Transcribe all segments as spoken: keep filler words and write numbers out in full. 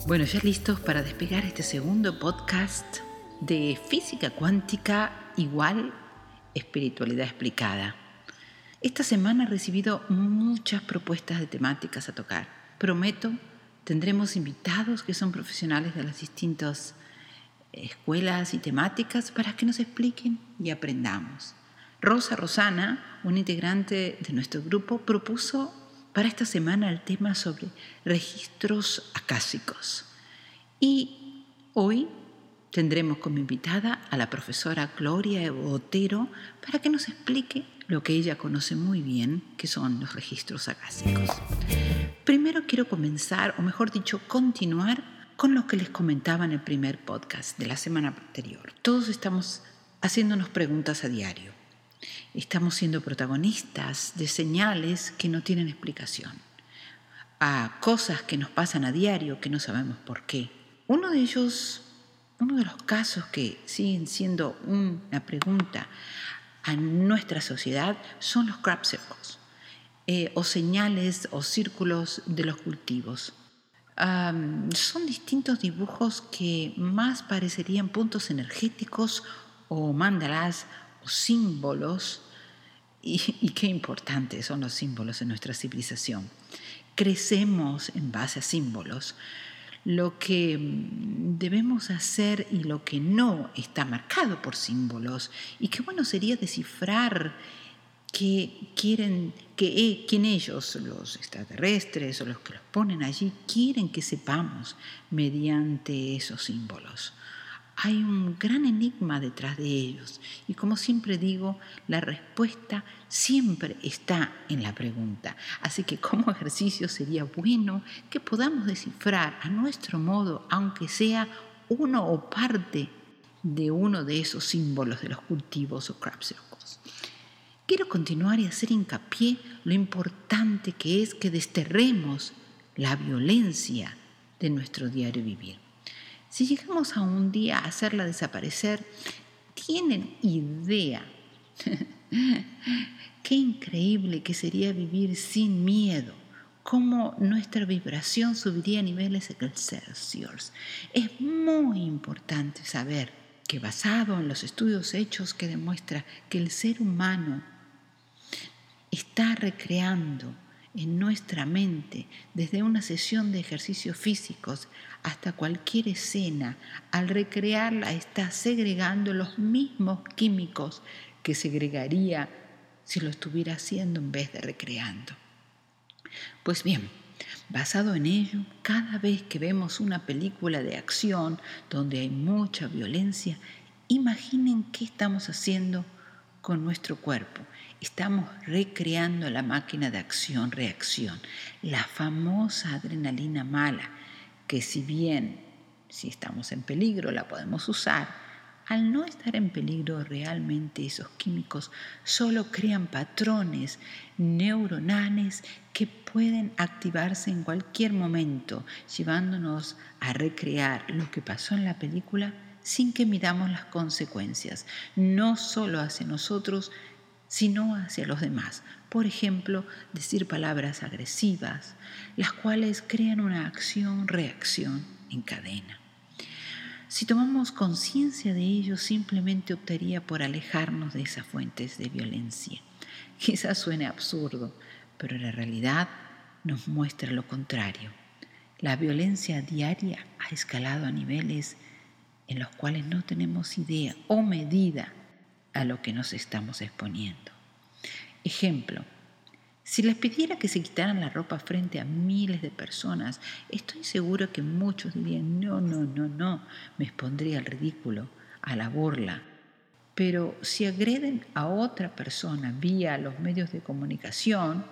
Bueno, ya listos para despegar este segundo podcast de Física Cuántica igual Espiritualidad Explicada. Esta semana he recibido muchas propuestas de temáticas a tocar. Prometo, tendremos invitados que son profesionales de las distintas escuelas y temáticas para que nos expliquen y aprendamos. Rosa Rosana, una integrante de nuestro grupo, propuso para esta semana el tema sobre registros acásicos. Y hoy tendremos como invitada a la profesora Gloria Otero para que nos explique lo que ella conoce muy bien, que son los registros acásicos. Primero quiero comenzar, o mejor dicho, continuar con lo que les comentaba en el primer podcast de la semana anterior. Todos estamos haciéndonos preguntas a diario. Estamos siendo protagonistas de señales que no tienen explicación, a cosas que nos pasan a diario que no sabemos por qué. Uno de ellos, uno de los casos que siguen siendo una pregunta a nuestra sociedad son los crop circles, eh, o señales o círculos de los cultivos. Um, son distintos dibujos que más parecerían puntos energéticos o mandalas o símbolos. Y, y qué importantes son los símbolos en nuestra civilización. Crecemos en base a símbolos. Lo que debemos hacer y lo que no está marcado por símbolos. Y qué bueno sería descifrar qué quieren, que, quién ellos, los extraterrestres o los que los ponen allí, quieren que sepamos mediante esos símbolos. Hay un gran enigma detrás de ellos y, como siempre digo, la respuesta siempre está en la pregunta. Así que como ejercicio sería bueno que podamos descifrar a nuestro modo, aunque sea uno o parte de uno de esos símbolos de los cultivos o crop circles. Quiero continuar y hacer hincapié lo importante que es que desterremos la violencia de nuestro diario vivir. Si llegamos a un día a hacerla desaparecer, ¿tienen idea? Qué increíble que sería vivir sin miedo, cómo nuestra vibración subiría a niveles Celsius. Es muy importante saber que, basado en los estudios hechos que demuestra que el ser humano está recreando en nuestra mente, desde una sesión de ejercicios físicos hasta cualquier escena, al recrearla está segregando los mismos químicos que segregaría si lo estuviera haciendo en vez de recreando. Pues bien, basado en ello, cada vez que vemos una película de acción donde hay mucha violencia, imaginen qué estamos haciendo con nuestro cuerpo. Estamos recreando la máquina de acción-reacción, la famosa adrenalina mala, que si bien si estamos en peligro la podemos usar, al no estar en peligro realmente esos químicos solo crean patrones neuronales que pueden activarse en cualquier momento, llevándonos a recrear lo que pasó en la película sin que midamos las consecuencias, no solo hacia nosotros, sino hacia los demás. Por ejemplo, decir palabras agresivas, las cuales crean una acción-reacción en cadena. Si tomamos conciencia de ello, simplemente optaría por alejarnos de esas fuentes de violencia. Quizás suene absurdo, pero la realidad nos muestra lo contrario. La violencia diaria ha escalado a niveles en los cuales no tenemos idea o medida a lo que nos estamos exponiendo. Ejemplo, si les pidiera que se quitaran la ropa frente a miles de personas, estoy seguro que muchos dirían, no, no, no, no, me expondría al ridículo, a la burla. Pero si agreden a otra persona vía los medios de comunicación,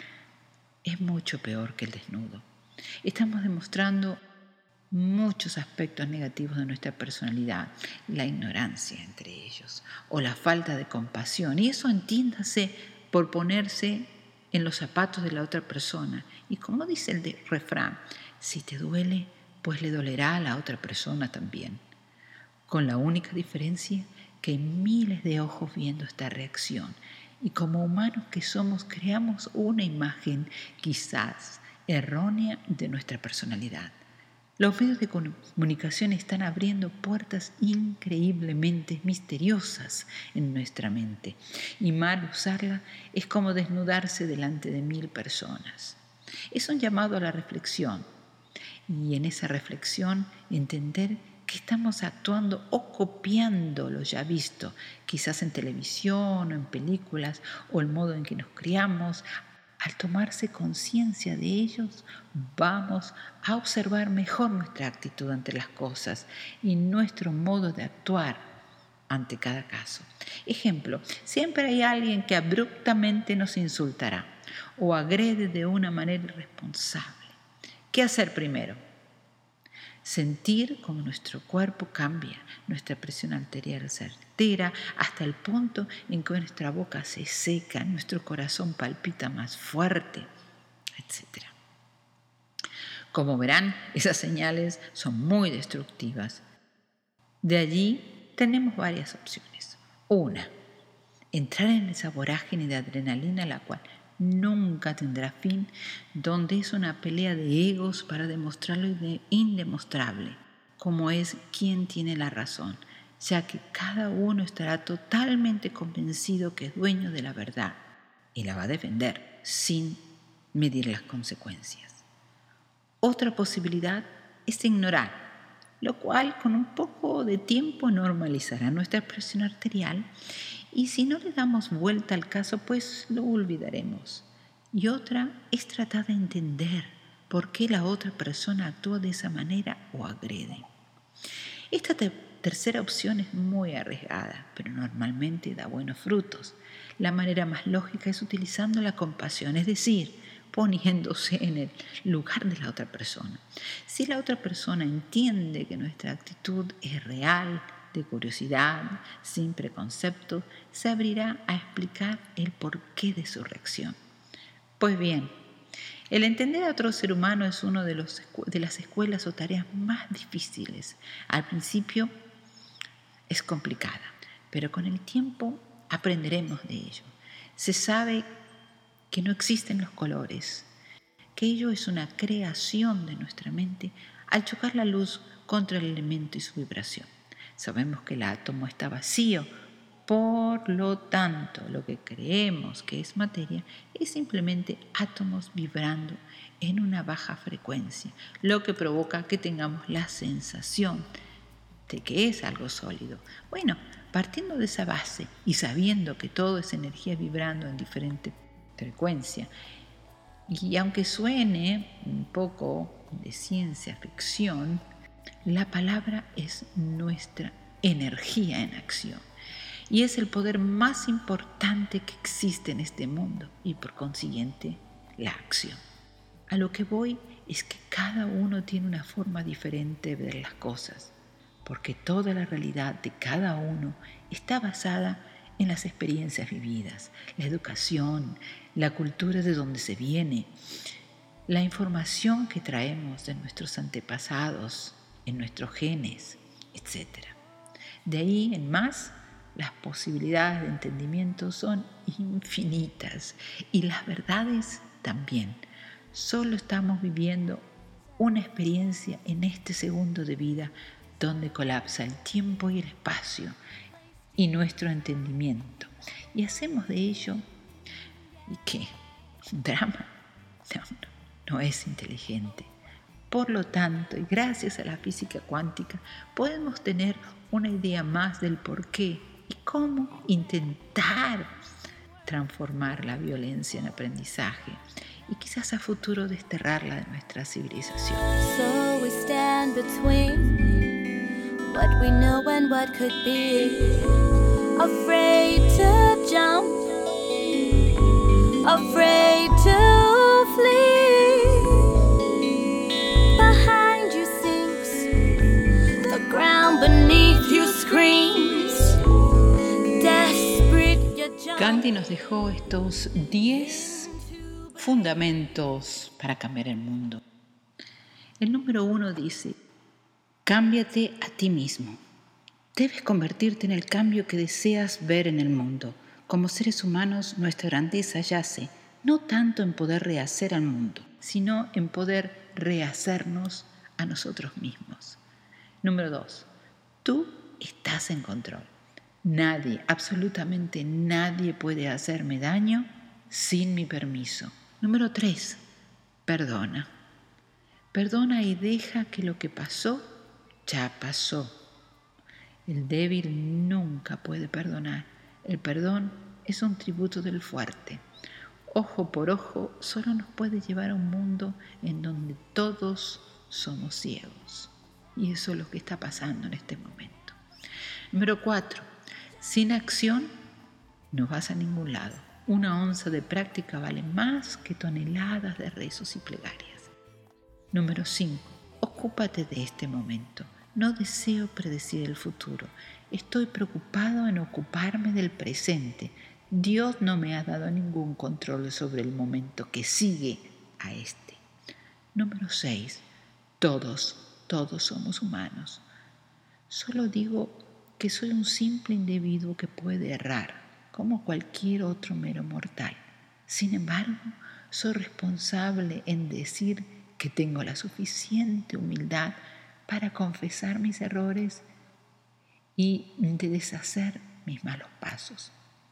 es mucho peor que el desnudo. Estamos demostrando muchos aspectos negativos de nuestra personalidad, la ignorancia entre ellos, o la falta de compasión. Y eso entiéndase por ponerse en los zapatos de la otra persona. Y como dice el de refrán, si te duele, pues le dolerá a la otra persona también. Con la única diferencia que hay miles de ojos viendo esta reacción. Y como humanos que somos, creamos una imagen quizás errónea de nuestra personalidad. Los medios de comunicación están abriendo puertas increíblemente misteriosas en nuestra mente, y mal usarla es como desnudarse delante de mil personas. Es un llamado a la reflexión, y en esa reflexión entender que estamos actuando o copiando lo ya visto, quizás en televisión o en películas, o el modo en que nos criamos. Al tomarse conciencia de ellos, vamos a observar mejor nuestra actitud ante las cosas y nuestro modo de actuar ante cada caso. Ejemplo, siempre hay alguien que abruptamente nos insultará o agrede de una manera irresponsable. ¿Qué hacer primero? Sentir cómo nuestro cuerpo cambia, nuestra presión arterial se altera hasta el punto en que nuestra boca se seca, nuestro corazón palpita más fuerte, etcétera. Como verán, esas señales son muy destructivas. De allí tenemos varias opciones. Una, entrar en esa vorágine de adrenalina la cual nunca tendrá fin, donde es una pelea de egos para demostrar lo indemostrable, como es quién tiene la razón, ya que cada uno estará totalmente convencido que es dueño de la verdad y la va a defender sin medir las consecuencias. Otra posibilidad es ignorar, lo cual con un poco de tiempo normalizará nuestra presión arterial. Y si no le damos vuelta al caso, pues lo olvidaremos. Y otra es tratar de entender por qué la otra persona actúa de esa manera o agrede. Esta te- tercera opción es muy arriesgada, pero normalmente da buenos frutos. La manera más lógica es utilizando la compasión, es decir, poniéndose en el lugar de la otra persona. Si la otra persona entiende que nuestra actitud es real, de curiosidad, sin preconceptos, se abrirá a explicar el porqué de su reacción. Pues bien, el entender a otro ser humano es una de, los, de las escuelas o tareas más difíciles. Al principio es complicada, pero con el tiempo aprenderemos de ello. Se sabe que no existen los colores, que ello es una creación de nuestra mente al chocar la luz contra el elemento y su vibración. Sabemos que el átomo está vacío, por lo tanto, lo que creemos que es materia es simplemente átomos vibrando en una baja frecuencia, lo que provoca que tengamos la sensación de que es algo sólido. Bueno, partiendo de esa base y sabiendo que todo es energía vibrando en diferente frecuencia, y aunque suene un poco de ciencia ficción, la palabra es nuestra energía en acción y es el poder más importante que existe en este mundo y por consiguiente la acción. A lo que voy es que cada uno tiene una forma diferente de ver las cosas, porque toda la realidad de cada uno está basada en las experiencias vividas, la educación, la cultura de donde se viene, la información que traemos de nuestros antepasados, en nuestros genes, etcétera. De ahí en más, las posibilidades de entendimiento son infinitas y las verdades también. Solo estamos viviendo una experiencia en este segundo de vida donde colapsa el tiempo y el espacio y nuestro entendimiento. Y hacemos de ello, ¿y qué? ¿Un drama? No, no, no es inteligente. Por lo tanto, y gracias a la física cuántica, podemos tener una idea más del por qué y cómo intentar transformar la violencia en aprendizaje y quizás a futuro desterrarla de nuestra civilización. So we stand between what we know and what could be, afraid to jump, afraid to flee. Behind you sinks the ground, beneath you screams, desperate you jump. Gandhi nos dejó estos diez fundamentos para cambiar el mundo. El número uno dice: cámbiate a ti mismo. Debes convertirte en el cambio que deseas ver en el mundo. Como seres humanos, nuestra grandeza yace no tanto en poder rehacer al mundo, sino en poder rehacernos a nosotros mismos. Número dos, tú estás en control. Nadie, absolutamente nadie puede hacerme daño sin mi permiso. Número tres, perdona. Perdona y deja que lo que pasó, ya pasó. El débil nunca puede perdonar. El perdón es un tributo del fuerte. Ojo por ojo solo nos puede llevar a un mundo en donde todos somos ciegos. Y eso es lo que está pasando en este momento. Número cuatro. Sin acción no vas a ningún lado. Una onza de práctica vale más que toneladas de rezos y plegarias. Número cinco. Ocúpate de este momento. No deseo predecir el futuro. Estoy preocupado en ocuparme del presente. Dios no me ha dado ningún control sobre el momento que sigue a este. Número seis. Todos, todos somos humanos. Solo digo que soy un simple individuo que puede errar, como cualquier otro mero mortal. Sin embargo, soy responsable en decir que tengo la suficiente humildad para confesar mis errores y de deshacer mis malos pasos.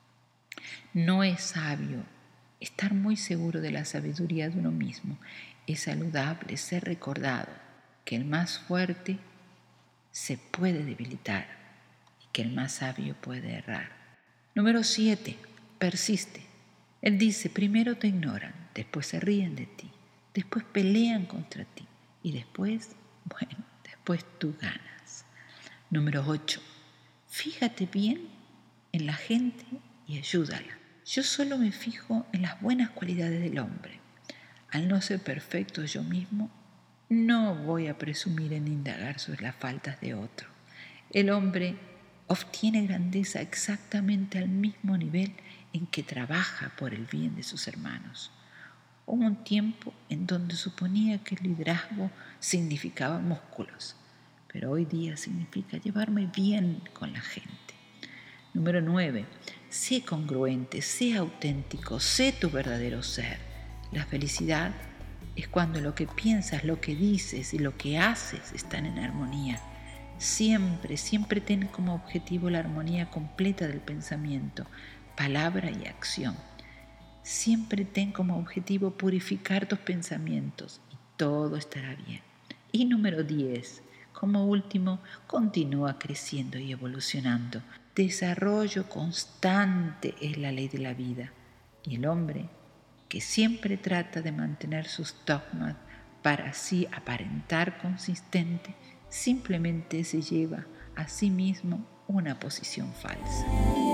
No es sabio estar muy seguro de la sabiduría de uno mismo. Es saludable ser recordado que el más fuerte se puede debilitar y que el más sabio puede errar. Número siete. Persiste. Él dice, primero te ignoran, después se ríen de ti, después pelean contra ti y después, bueno, después tú ganas. Número ocho. Fíjate bien en la gente y ayúdala. Yo solo me fijo en las buenas cualidades del hombre. Al no ser perfecto yo mismo, no voy a presumir en indagar sobre las faltas de otro. El hombre obtiene grandeza exactamente al mismo nivel en que trabaja por el bien de sus hermanos. Hubo un tiempo en donde suponía que el liderazgo significaba músculos, pero hoy día significa llevarme bien con la gente. Número nueve. Sé congruente, sé auténtico, sé tu verdadero ser. La felicidad es cuando lo que piensas, lo que dices y lo que haces están en armonía. Siempre, siempre ten como objetivo la armonía completa del pensamiento, palabra y acción. Siempre ten como objetivo purificar tus pensamientos y todo estará bien. Y número diez. Como último, continúa creciendo y evolucionando. Desarrollo constante es la ley de la vida. Y el hombre que siempre trata de mantener sus dogmas para así aparentar consistente, simplemente se lleva a sí mismo una posición falsa.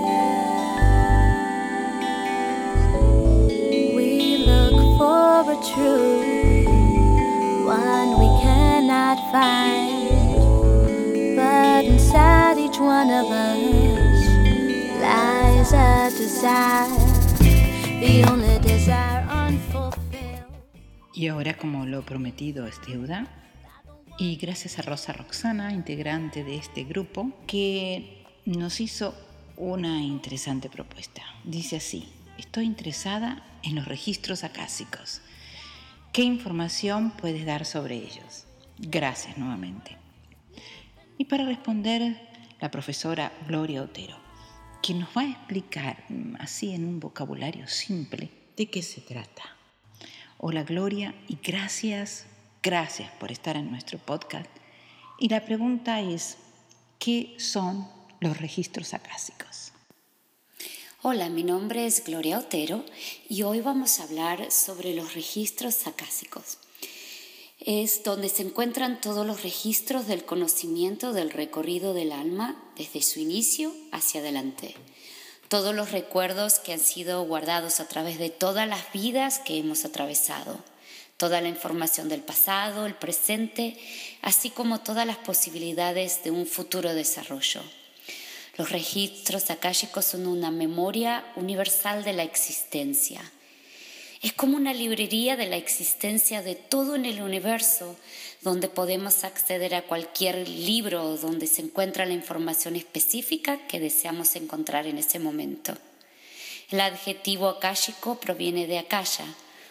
We look for a truth, one we cannot find, but inside each one of us lies a desire, the only desire unfulfilled. Y ahora, como lo prometido es deuda, y gracias a Rosa Roxana, integrante de este grupo, que nos hizo una interesante propuesta. Dice así: estoy interesada en los registros acásicos. ¿Qué información puedes dar sobre ellos? Gracias nuevamente. Y para responder, la profesora Gloria Otero, quien nos va a explicar así en un vocabulario simple de qué se trata. Hola Gloria, y gracias, gracias por estar en nuestro podcast. Y la pregunta es, ¿qué son los registros acásicos? Hola, mi nombre es Gloria Otero y hoy vamos a hablar sobre los registros acásicos. Es donde se encuentran todos los registros del conocimiento del recorrido del alma desde su inicio hacia adelante. Todos los recuerdos que han sido guardados a través de todas las vidas que hemos atravesado. Toda la información del pasado, el presente, así como todas las posibilidades de un futuro desarrollo. Los registros akáshicos son una memoria universal de la existencia. Es como una librería de la existencia de todo en el universo, donde podemos acceder a cualquier libro donde se encuentra la información específica que deseamos encontrar en ese momento. El adjetivo akáshico proviene de akasha,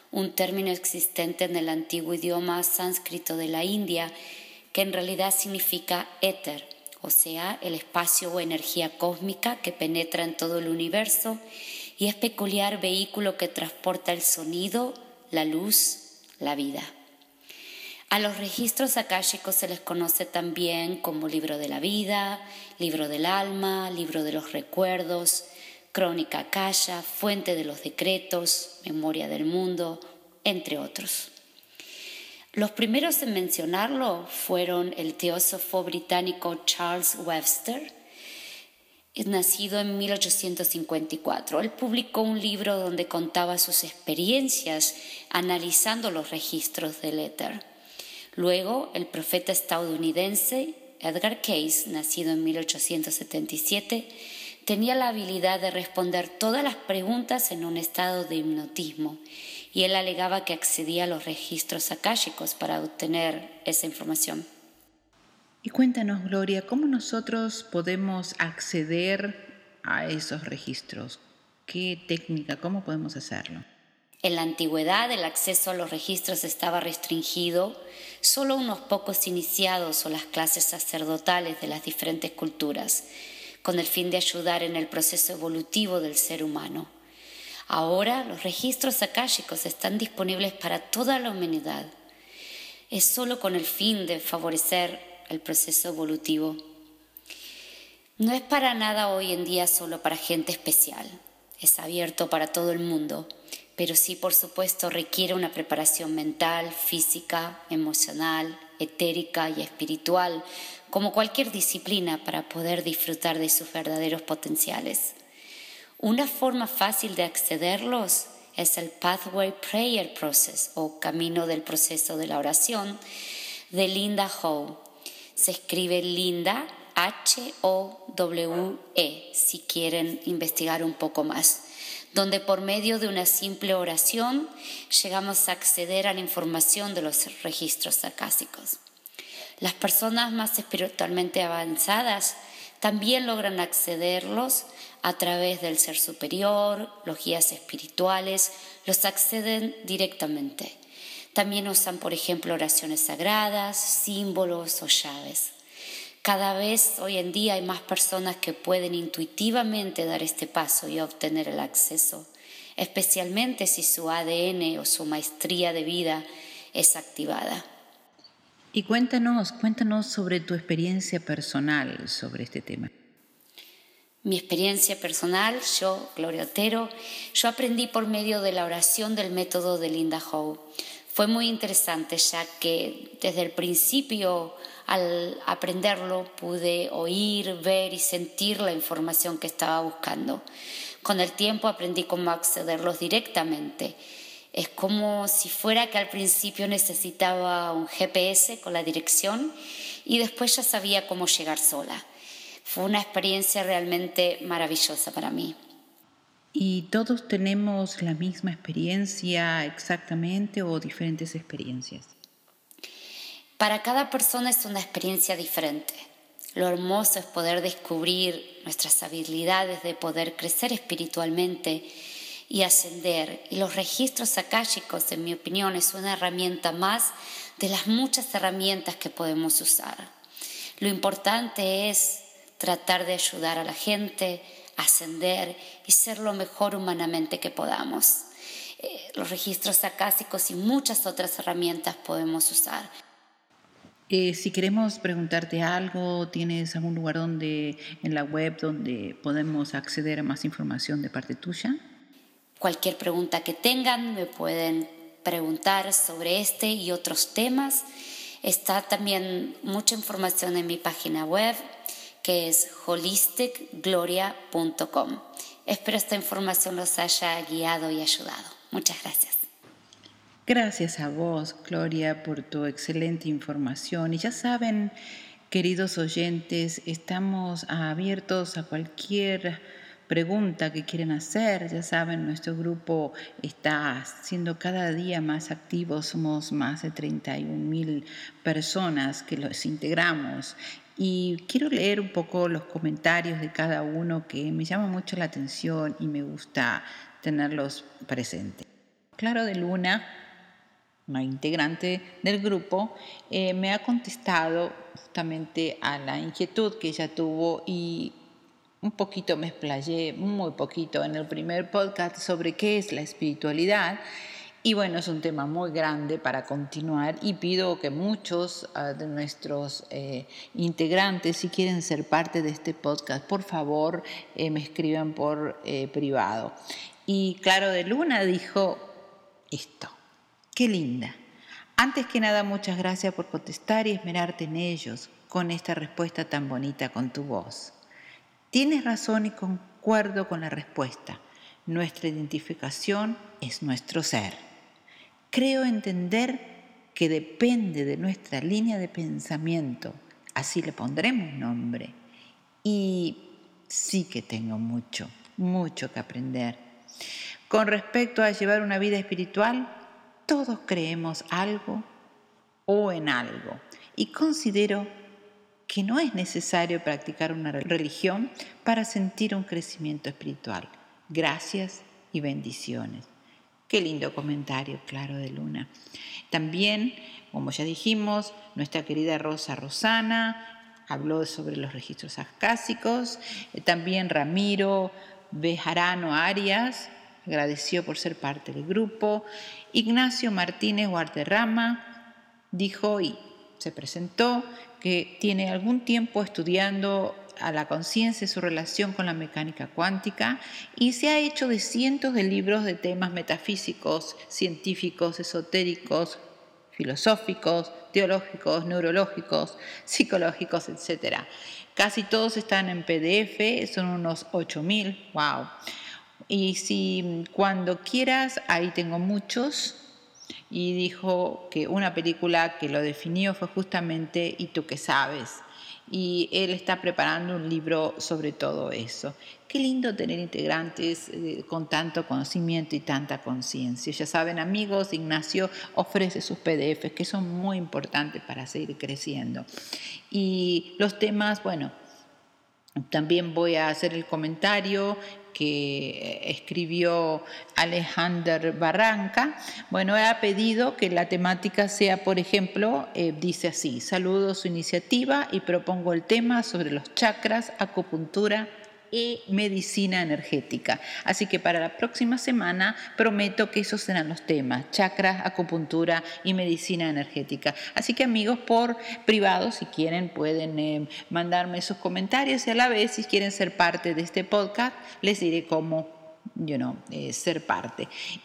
un término existente en el antiguo idioma sánscrito de la India, que en realidad significa éter, o sea, el espacio o energía cósmica que penetra en todo el universo y es peculiar vehículo que transporta el sonido, la luz, la vida. A los registros akáshicos se les conoce también como libro de la vida, libro del alma, libro de los recuerdos, crónica akasha, fuente de los decretos, memoria del mundo, entre otros. Los primeros en mencionarlo fueron el teósofo británico Charles Webster, nacido en mil ochocientos cincuenta y cuatro. Él publicó un libro donde contaba sus experiencias analizando los registros del éter. Luego, el profeta estadounidense Edgar Cayce, nacido en mil ochocientos setenta y siete, tenía la habilidad de responder todas las preguntas en un estado de hipnotismo, y él alegaba que accedía a los registros akáshicos para obtener esa información. Y cuéntanos, Gloria, ¿cómo nosotros podemos acceder a esos registros? ¿Qué técnica? ¿Cómo podemos hacerlo? En la antigüedad el acceso a los registros estaba restringido solo a unos pocos iniciados o las clases sacerdotales de las diferentes culturas, con el fin de ayudar en el proceso evolutivo del ser humano. Ahora los registros akáshicos están disponibles para toda la humanidad. Es solo con el fin de favorecer el proceso evolutivo. No es para nada hoy en día solo para gente especial. Es abierto para todo el mundo, pero sí, por supuesto, requiere una preparación mental, física, emocional, etérica y espiritual, como cualquier disciplina, para poder disfrutar de sus verdaderos potenciales. Una forma fácil de accederlos es el Pathway Prayer Process, o Camino del Proceso de la Oración, de Linda Howe. Se escribe Linda, H O W E, si quieren investigar un poco más, donde por medio de una simple oración llegamos a acceder a la información de los registros akáshicos. Las personas más espiritualmente avanzadas también logran accederlos a través del ser superior, los guías espirituales los acceden directamente. También usan, por ejemplo, oraciones sagradas, símbolos o llaves. Cada vez hoy en día hay más personas que pueden intuitivamente dar este paso y obtener el acceso, especialmente si su A D N o su maestría de vida es activada. Y cuéntanos, cuéntanos sobre tu experiencia personal sobre este tema. Mi experiencia personal, yo, Gloria Otero, yo aprendí por medio de la oración del método de Linda Howe. Fue muy interesante, ya que desde el principio, al aprenderlo, pude oír, ver y sentir la información que estaba buscando. Con el tiempo aprendí cómo accederlos directamente. Es como si fuera que al principio necesitaba un G P S con la dirección y después ya sabía cómo llegar sola. Fue una experiencia realmente maravillosa para mí. ¿Y todos tenemos la misma experiencia exactamente o diferentes experiencias? Para cada persona es una experiencia diferente. Lo hermoso es poder descubrir nuestras habilidades de poder crecer espiritualmente y ascender. Y los registros akáshicos, en mi opinión, es una herramienta más de las muchas herramientas que podemos usar. Lo importante es tratar de ayudar a la gente, ascender y ser lo mejor humanamente que podamos. Eh, los registros akáshicos y muchas otras herramientas podemos usar. Eh, si queremos preguntarte algo, ¿tienes algún lugar donde en la web donde podemos acceder a más información de parte tuya? Cualquier pregunta que tengan me pueden preguntar sobre este y otros temas. Está también mucha información en mi página web, que es holistic gloria punto com. Espero esta información los haya guiado y ayudado. Muchas gracias. Gracias a vos, Gloria, por tu excelente información. Y ya saben, queridos oyentes, estamos abiertos a cualquier pregunta que quieran hacer. Ya saben, nuestro grupo está siendo cada día más activo. Somos más de treinta y un mil personas que los integramos. Y quiero leer un poco los comentarios de cada uno que me llama mucho la atención y me gusta tenerlos presentes. Claro de Luna, una integrante del grupo, eh, me ha contestado justamente a la inquietud que ella tuvo y un poquito me explayé, muy poquito, en el primer podcast sobre qué es la espiritualidad. Y bueno, es un tema muy grande para continuar y pido que muchos uh, de nuestros eh, integrantes, si quieren ser parte de este podcast, por favor eh, me escriban por eh, privado. Y Claro de Luna dijo esto: qué linda. Antes que nada, muchas gracias por contestar y esmerarte en ellos con esta respuesta tan bonita con tu voz. Tienes razón y concuerdo con la respuesta. Nuestra identificación es nuestro ser. Creo entender que depende de nuestra línea de pensamiento, así le pondremos nombre. Y sí que tengo mucho, mucho que aprender. Con respecto a llevar una vida espiritual, todos creemos algo o en algo. Y considero que no es necesario practicar una religión para sentir un crecimiento espiritual. Gracias y bendiciones. Qué lindo comentario, Claro de Luna. También, como ya dijimos, nuestra querida Rosa Rosana habló sobre los registros acásicos. También Ramiro Bejarano Arias agradeció por ser parte del grupo. Ignacio Martínez Guarderrama dijo y se presentó que tiene algún tiempo estudiando a la conciencia y su relación con la mecánica cuántica y se ha hecho de cientos de libros de temas metafísicos, científicos, esotéricos, filosóficos, teológicos, neurológicos, psicológicos, etcétera. Casi todos están en P D F, son unos ocho mil, wow. Y si cuando quieras, ahí tengo muchos. Y dijo que una película que lo definió fue justamente ¿Y tú qué sabes? Y él está preparando un libro sobre todo eso. Qué lindo tener integrantes eh, con tanto conocimiento y tanta conciencia. Ya saben, amigos, Ignacio ofrece sus P D Fs que son muy importantes para seguir creciendo. Y los temas, bueno, también voy a hacer el comentario que escribió Alejandro Barranca. Bueno, ha pedido que la temática sea, por ejemplo, eh, dice así: saludo su iniciativa y propongo el tema sobre los chakras, acupuntura y medicina energética. Así que para la próxima semana prometo que esos serán los temas: chakras, acupuntura y medicina energética. Así que, amigos, por privado, si quieren, pueden eh, mandarme sus comentarios y a la vez, si quieren ser parte de este podcast, les diré cómo You know, eh, ser parte.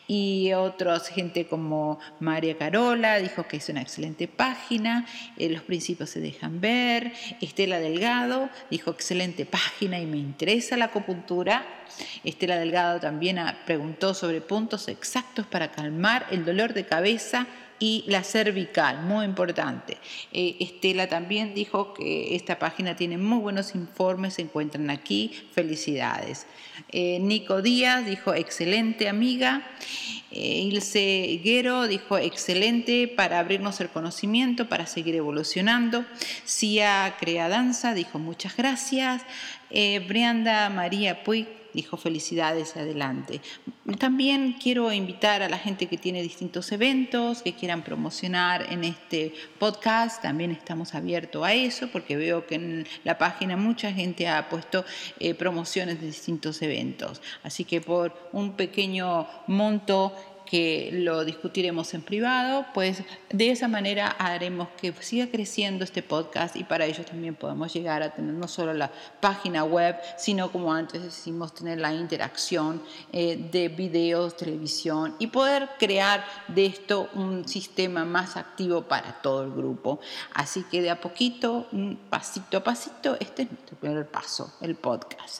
Y otros, gente como María Carola dijo que es una excelente página, eh, los principios se dejan ver. Estela Delgado dijo excelente página y me interesa la acupuntura. Estela Delgado también preguntó sobre puntos exactos para calmar el dolor de cabeza y la cervical, muy importante. Eh, Estela también dijo que esta página tiene muy buenos informes, se encuentran aquí, felicidades. Eh, Nico Díaz dijo excelente amiga. Eh, Ilse Higuero dijo excelente para abrirnos el conocimiento, para seguir evolucionando. Cia Crea Danza dijo muchas gracias. Eh, Brianda María Puig dijo felicidades, adelante. También quiero invitar a la gente que tiene distintos eventos, que quieran promocionar en este podcast. También estamos abiertos a eso, porque veo que en la página mucha gente ha puesto eh, promociones de distintos eventos. Así que por un pequeño monto que lo discutiremos en privado, pues de esa manera haremos que siga creciendo este podcast y para ello también podemos llegar a tener no solo la página web, sino como antes decimos, tener la interacción eh, de videos, televisión y poder crear de esto un sistema más activo para todo el grupo. Así que de a poquito, pasito a pasito, este es nuestro primer paso, el podcast.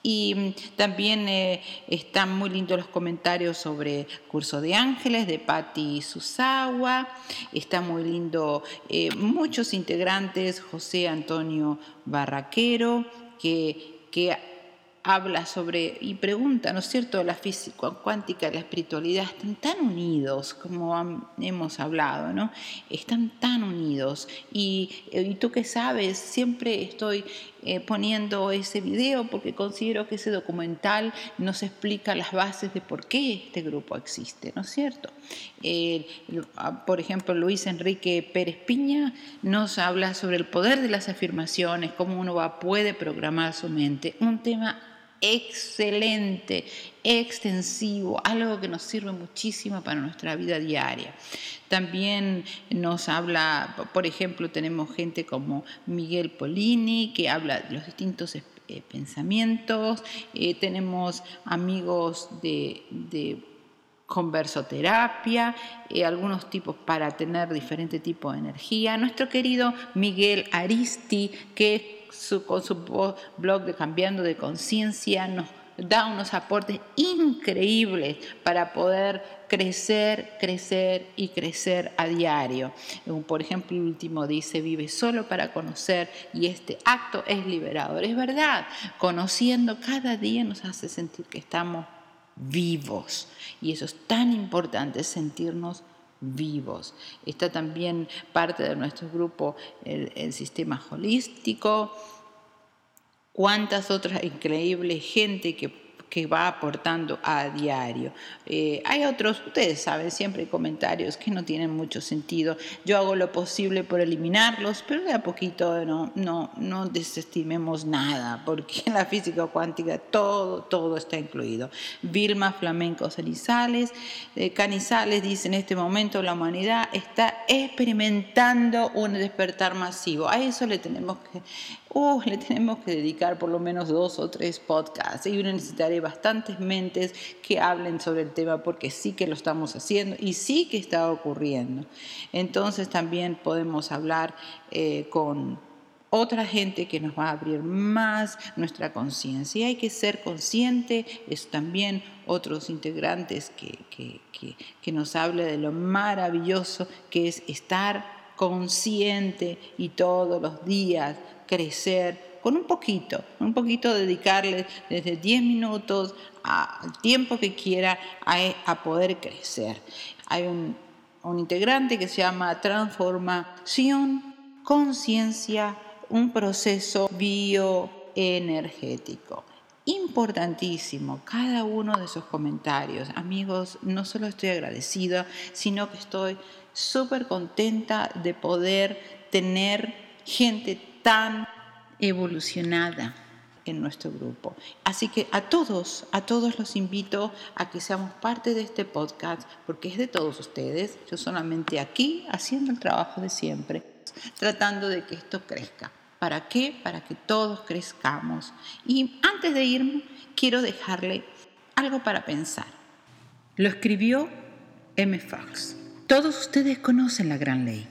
Y también eh, están muy lindos los comentarios sobre Curso de Ángeles de Patti Susawa. Está muy lindo, eh, muchos integrantes, José Antonio Barraquero, que, que habla sobre y pregunta, ¿no es cierto?, la física cuántica y la espiritualidad están tan unidos, como han, hemos hablado, ¿no? Están tan unidos. Y, y tú que sabes, siempre estoy eh, poniendo ese video porque considero que ese documental nos explica las bases de por qué este grupo existe, ¿no es cierto? Eh, por ejemplo, Luis Enrique Pérez Piña nos habla sobre el poder de las afirmaciones, cómo uno va, puede programar su mente, un tema excelente, extensivo, algo que nos sirve muchísimo para nuestra vida diaria. También nos habla, por ejemplo, tenemos gente como Miguel Polini, que habla de los distintos eh, pensamientos, eh, tenemos amigos de, de conversoterapia, eh, algunos tipos para tener diferente tipo de energía. Nuestro querido Miguel Aristi, que su, con su blog de Cambiando de Conciencia nos da unos aportes increíbles para poder crecer, crecer y crecer a diario. Por ejemplo, el último dice, vive solo para conocer y este acto es liberador. Es verdad, conociendo cada día nos hace sentir que estamos vivos, y eso es tan importante, sentirnos vivos. Está también parte de nuestro grupo el, el sistema holístico. Cuántas otras increíbles gente que que va aportando a diario. Eh, hay otros, ustedes saben, siempre hay comentarios que no tienen mucho sentido. Yo hago lo posible por eliminarlos, pero de a poquito no, no, no desestimemos nada, porque en la física cuántica todo, todo está incluido. Vilma Flamenco Canizales, eh, Canizales dice, en este momento la humanidad está experimentando un despertar masivo. A eso le tenemos que, uh, le tenemos que dedicar por lo menos dos o tres podcasts, y uno necesitaré bastantes mentes que hablen sobre el tema, porque sí que lo estamos haciendo y sí que está ocurriendo. Entonces también podemos hablar eh, con otra gente que nos va a abrir más nuestra conciencia, y hay que ser consciente. Es también otros integrantes que, que, que, que nos habla de lo maravilloso que es estar consciente y todos los días crecer con un poquito, un poquito dedicarle desde diez minutos al tiempo que quiera a, a poder crecer. Hay un, un integrante que se llama Transformación, Conciencia, un proceso bioenergético. Importantísimo cada uno de esos comentarios. Amigos, no solo estoy agradecida, sino que estoy súper contenta de poder tener gente tan evolucionada en nuestro grupo. Así que a todos, a todos los invito a que seamos parte de este podcast, porque es de todos ustedes. Yo solamente aquí haciendo el trabajo de siempre, tratando de que esto crezca. ¿Para qué? Para que todos crezcamos. Y antes de irme, quiero dejarle algo para pensar. Lo escribió M. Fox. Todos ustedes conocen la gran ley.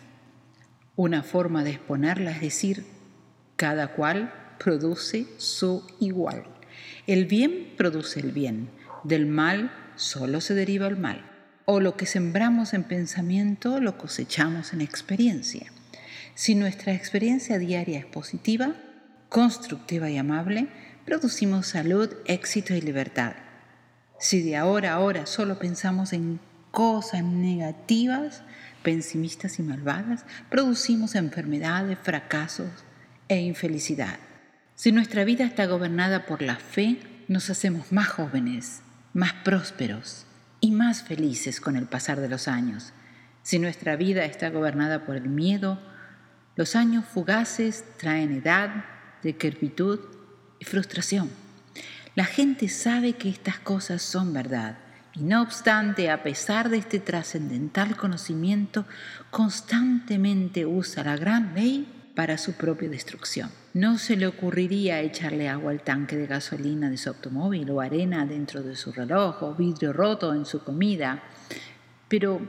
Una forma de exponerla es decir, cada cual produce su igual. El bien produce el bien, del mal solo se deriva el mal. O lo que sembramos en pensamiento lo cosechamos en experiencia. Si nuestra experiencia diaria es positiva, constructiva y amable, producimos salud, éxito y libertad. Si de ahora a ahora solo pensamos en cosas negativas, pesimistas y malvadas, producimos enfermedades, fracasos e infelicidad. Si nuestra vida está gobernada por la fe, nos hacemos más jóvenes, más prósperos y más felices con el pasar de los años. Si nuestra vida está gobernada por el miedo, los años fugaces traen edad, decrepitud y frustración. La gente sabe que estas cosas son verdad y no obstante, a pesar de este trascendental conocimiento, constantemente usa la gran ley para su propia destrucción. No se le ocurriría echarle agua al tanque de gasolina de su automóvil o arena dentro de su reloj o vidrio roto en su comida, pero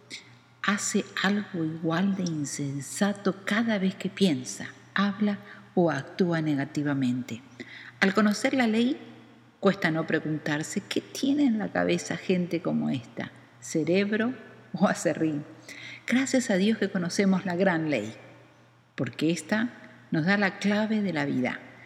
hace algo igual de insensato cada vez que piensa, habla o actúa negativamente. Al conocer la ley, cuesta no preguntarse qué tiene en la cabeza gente como esta, cerebro o aserrín. Gracias a Dios que conocemos la gran ley, porque esta nos da la clave de la vida.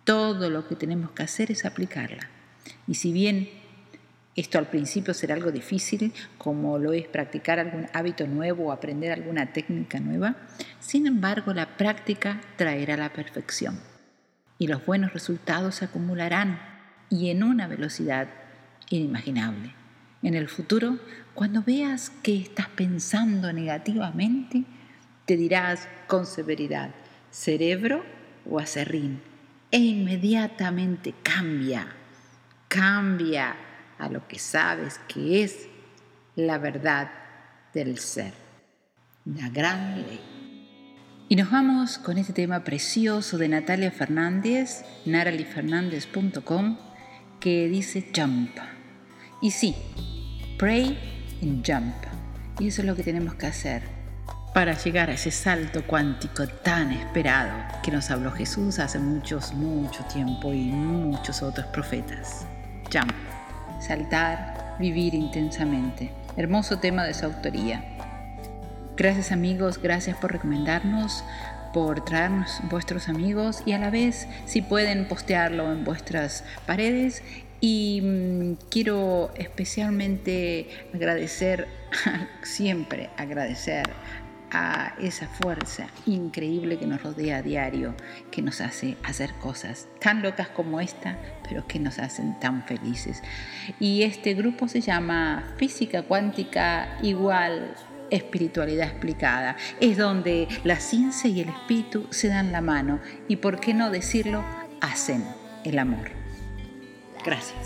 Todo lo que tenemos que hacer es aplicarla. Y si bien esto al principio será algo difícil, como lo es practicar algún hábito nuevo o aprender alguna técnica nueva, sin embargo la práctica traerá la perfección y los buenos resultados se acumularán y en una velocidad inimaginable. En el futuro, cuando veas que estás pensando negativamente, te dirás con severidad, cerebro o aserrín, e inmediatamente cambia, cambia a lo que sabes que es la verdad del ser, la gran ley. Y nos vamos con este tema precioso de Natalia Fernández, natalie fernández punto com, que dice Jump. Y sí, pray and jump. Y eso es lo que tenemos que hacer para llegar a ese salto cuántico tan esperado que nos habló Jesús hace muchos, mucho tiempo y muchos otros profetas. Jump. Saltar, vivir intensamente. Hermoso tema de su autoría. Gracias amigos, gracias por recomendarnos, por traernos vuestros amigos y a la vez si pueden postearlo en vuestras paredes. Y mmm, quiero especialmente agradecer, siempre agradecer a esa fuerza increíble que nos rodea a diario, que nos hace hacer cosas tan locas como esta, pero que nos hacen tan felices. Y este grupo se llama Física Cuántica igual Espiritualidad Explicada. Es donde la ciencia y el espíritu se dan la mano y, por qué no decirlo, hacen el amor. Gracias.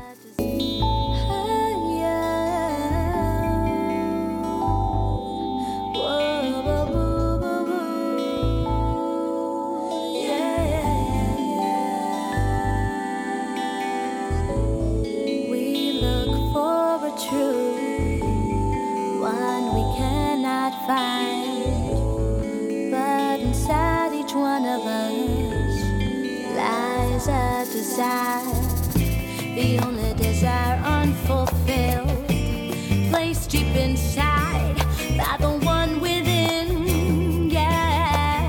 Find, but inside each one of us lies a desire, the only desire unfulfilled, placed deep inside by the one within, yeah.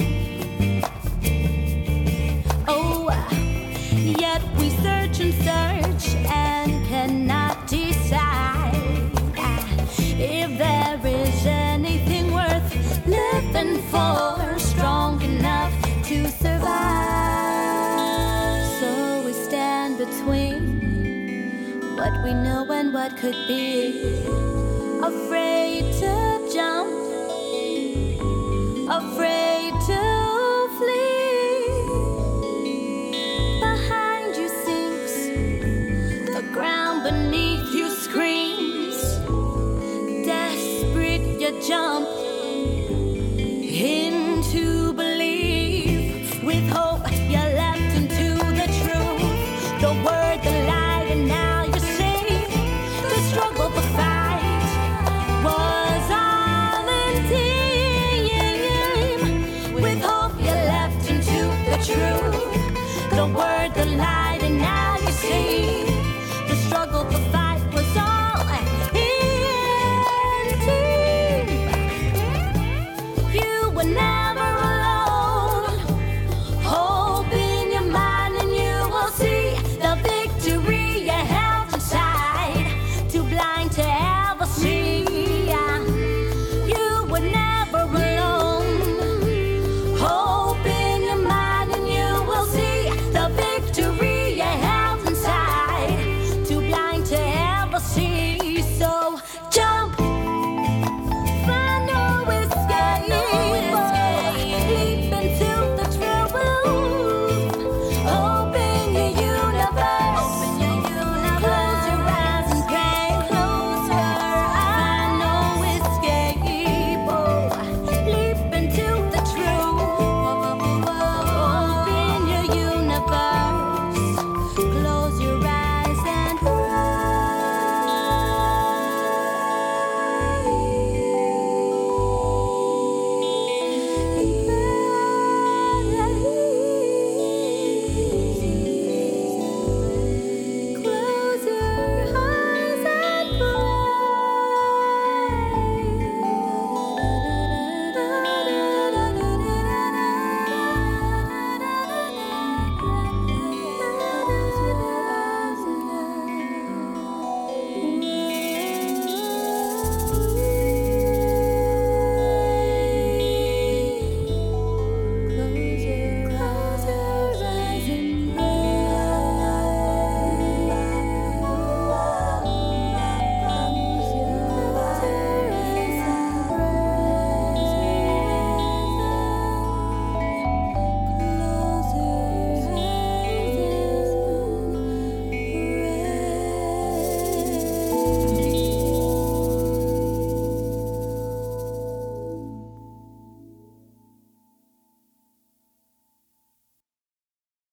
Oh, yet we search and search and cannot decide if there is anything worth living for, strong enough to survive. So we stand between what we know and what could be, afraid to jump, afraid to